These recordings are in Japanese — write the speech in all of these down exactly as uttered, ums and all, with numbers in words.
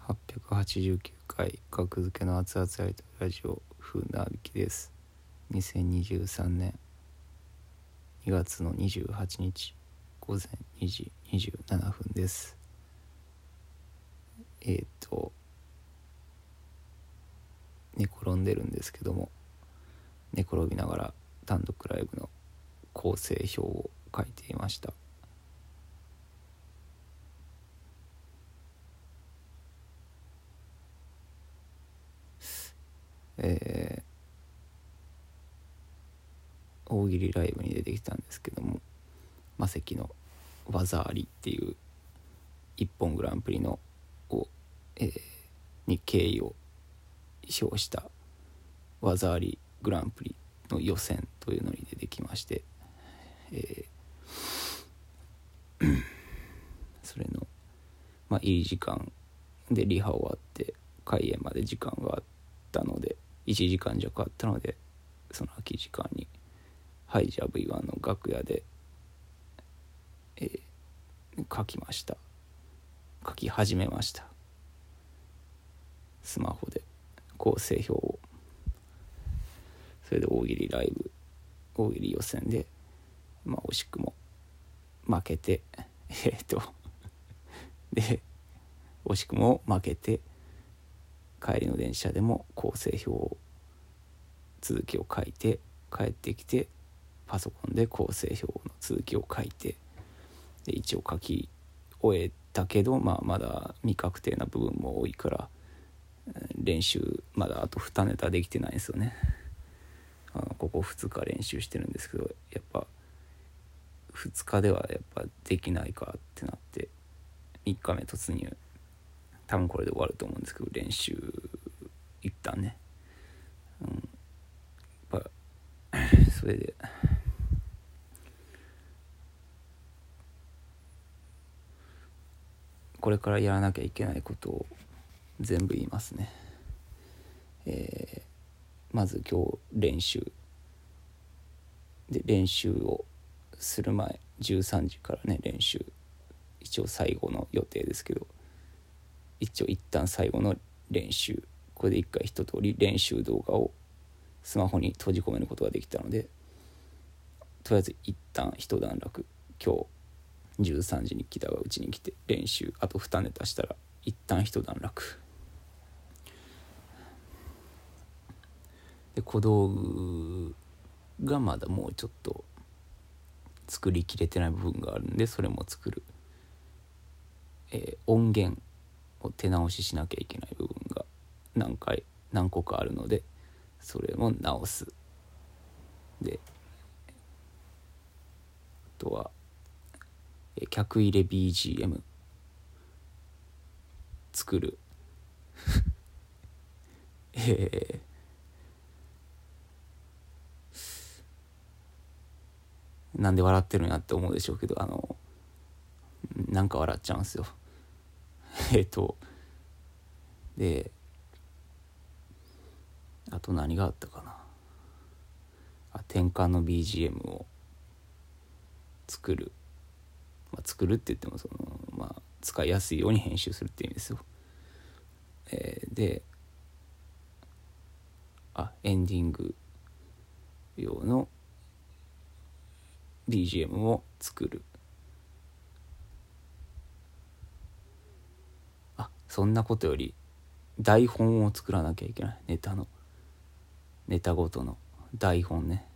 はっぴゃくはちじゅうきゅうかい格付けの熱々アイドルラジオ風なびきです。にせんにじゅうさんねんにがつのにじゅうはちにちごぜんにじにじゅうななふんです。えっ、ー、と寝転んでるんですけども、寝転びながら単独ライブの構成表を書いていました。えー、大喜利ライブに出てきたんですけども、マセキの技ありっていう一本グランプリのを、えー、に敬意を表した技ありグランプリの予選というのに出てきまして、えー、それの、まあ、入り時間でリハ終わって開演まで時間があったのでいちじかん弱あったので、その空き時間にハイジャ ブイワン の楽屋で、えー、書きました書き始めましたスマホで構成表を。それで大喜利ライブ大喜利予選で、まあ、惜しくも負けてえー、っとで惜しくも負けて、帰りの電車でも構成表を続きを書いて帰ってきて、パソコンで構成表の続きを書いて、で一応書き終えたけど、まあ、まだ未確定な部分も多いから練習まだあとにネタできてないんですよね。あのここふつか練習してるんですけど、やっぱふつかではやっぱできないかってなってみっかめ突入、多分これで終わると思うんですけど、練習一旦ね、うん、やっぱそれでこれからやらなきゃいけないことを全部言いますね。えー、まず今日練習で、練習をする前じゅうさんじからね練習、一応最後の予定ですけど、一応一旦最後の練習、これで一回一通り練習動画をスマホに閉じ込めることができたので、とりあえず一旦一段落、今日じゅうさんじに来たがうちに来て練習あとにネタしたら一旦一段落で、小道具がまだもうちょっと作りきれてない部分があるんで、それも作る、えー、音源を手直ししなきゃいけない部分が何回何個かあるので、それも直す。であとは、えー、客入れ ビージーエム 作るえー、なんで笑ってるんやって思うでしょうけど、あのなんか笑っちゃうんですよえっとであと何があったかなあ、転換の ビージーエム を作る、まあ、作るって言ってもその、まあ、使いやすいように編集するって意味ですよ。えー、であエンディング用の ビージーエム を作る。あ、そんなことより台本を作らなきゃいけない。ネタのネタごとの台本ね。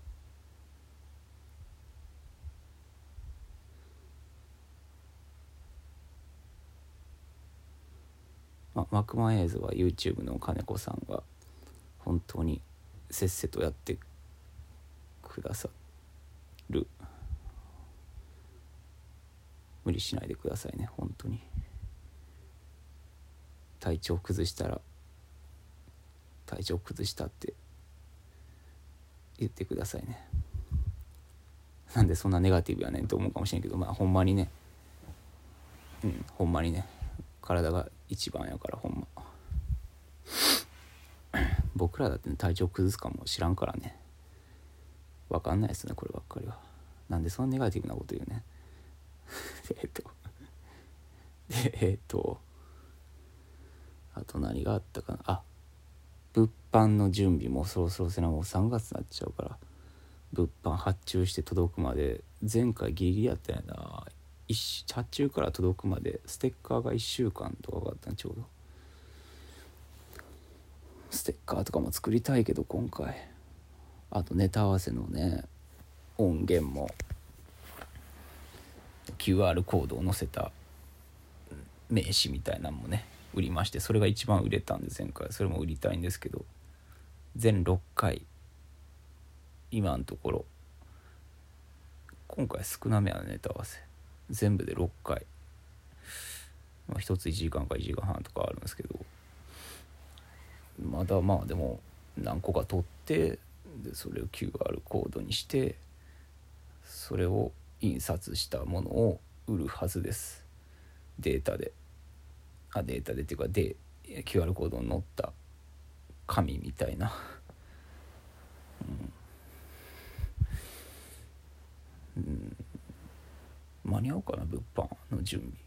まあ、マクマン映像は YouTube の金子さんが本当にせっせとやってくださる。無理しないでくださいね、本当に。体調崩したら体調崩したって言ってくださいね。なんでそんなネガティブやねんと思うかもしれんけど、まあほんまにね、うんほんまにね、体が一番やから、ほんま僕らだって、ね、体調崩すかも知らんからね、分かんないですねこればっかりは。なんでそんなネガティブなこと言うねえっとでえっとあと何があったかな。あ、物販の準備もそろそろせな、もうさんがつになっちゃうから、物販発注して届くまで、前回ギリギリやったよな。一発注から届くまでステッカーがいっしゅうかんとかかったんちょうど。ステッカーとかも作りたいけど今回、あとネタ合わせのね音源も キューアール コードを載せた名刺みたいなのもね売りまして、それが一番売れたんで前回それも売りたいんですけど、全ろっかい今のところ、今回少なめやなネタ合わせ全部でろっかい、まあ、ひとついちじかんかいちじかんはんとかあるんですけど、まだまあでも何個か取って、でそれを キューアール コードにしてそれを印刷したものを売るはずです。データであデータでっていうかで キューアール コードに載った紙みたいな、うん、うん、間に合うかな物販の準備。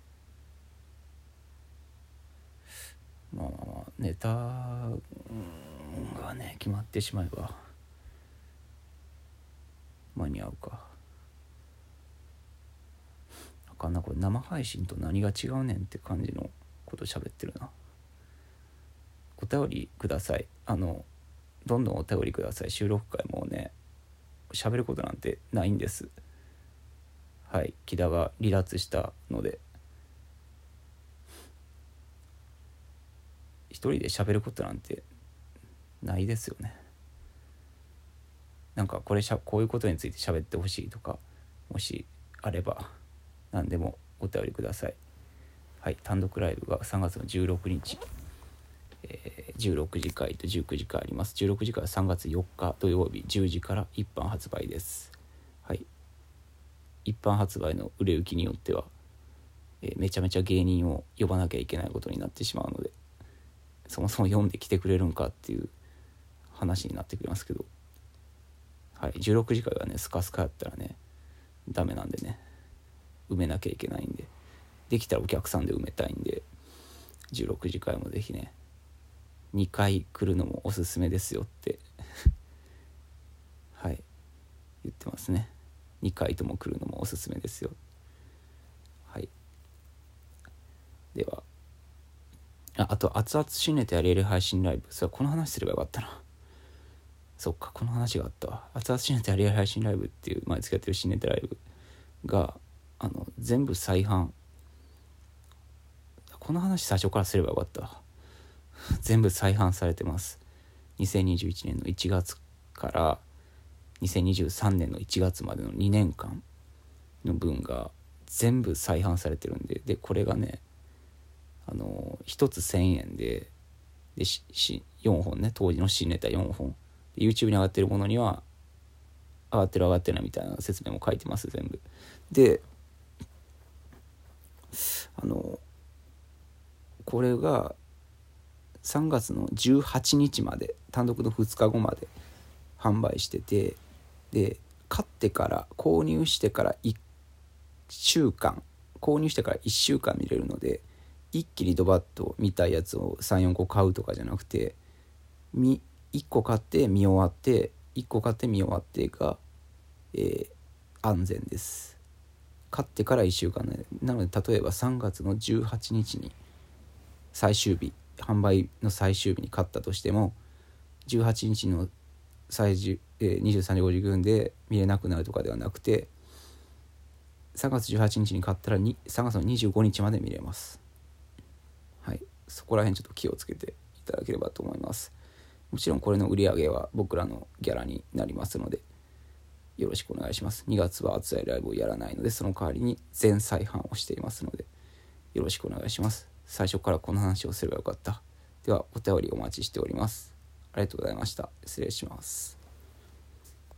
まあまあまあネタがね決まってしまえば間に合うか。あかんな、これ生配信と何が違うねんって感じのこと喋ってるな。お便りください。あのどんどんお便りください。収録会もうね喋ることなんてないんです。はい、木田が離脱したので一人で喋ることなんてないですよね。なんかこれしゃこういうことについて喋ってほしいとかもしあれば何でもお便りください。はい、単独ライブがさんがつのじゅうろくにち、えー、じゅうろくじ会とじゅうくじ会あります。じゅうろくじ会はさんがつよっか土曜日じゅうじから一般発売です。はい、一般発売の売れ行きによっては、えー、めちゃめちゃ芸人を呼ばなきゃいけないことになってしまうので、そもそも読んできてくれるんかっていう話になってきますけど、はい、じゅうろくじ会はねスカスカやったらねダメなんでね、埋めなきゃいけないんで、できたらお客さんで埋めたいんで、じゅうろくじ会もぜひねにかい来るのもおすすめですよってはい言ってますね。にかいとも来るのもおすすめですよ。はい、では あ, あと熱々新ネタやれる配信ライブ、それこの話すればよかったな。そっか、この話があったわ。熱々新ネタやれる配信ライブっていう毎月やってる新ネタライブがあの全部再販、この話最初からすればよかった全部再販されてます。にせんにじゅういちねんのいちがつからにせんにじゅうさんねんのいちがつまでのにねんかんの分が全部再販されてるんで、でこれがねあのひとつせんえんで、でししよんほんね、当時の新ネタよんほんで YouTube に上がってるものには上がってる上がってないみたいな説明も書いてます全部で、あのこれがさんがつのじゅうはちにちまで、単独のふつかごまで販売してて、で買ってから購入してからいっしゅうかん購入してからいっしゅうかん見れるので、一気にドバッと見たいやつを さん,よん 個買うとかじゃなくて、みいっこ買って見終わっていっこ買って見終わってが、えー、安全です。買ってからいっしゅうかんね、なので例えばさんがつのじゅうはちにちに最終日、販売の最終日に買ったとしてもじゅうはちにちの最終、えー、にじゅうさんじごじゅっぷんで見れなくなるとかではなくて、さんがつじゅうはちにちに買ったらにさんがつのにじゅうごにちまで見れます。はい、そこら辺ちょっと気をつけていただければと思います。もちろんこれの売り上げは僕らのギャラになりますのでよろしくお願いします。にがつは熱いライブをやらないので、その代わりに全再販をしていますのでよろしくお願いします。最初からこの話をすればよかった。ではお便りお待ちしております。ありがとうございました。失礼します。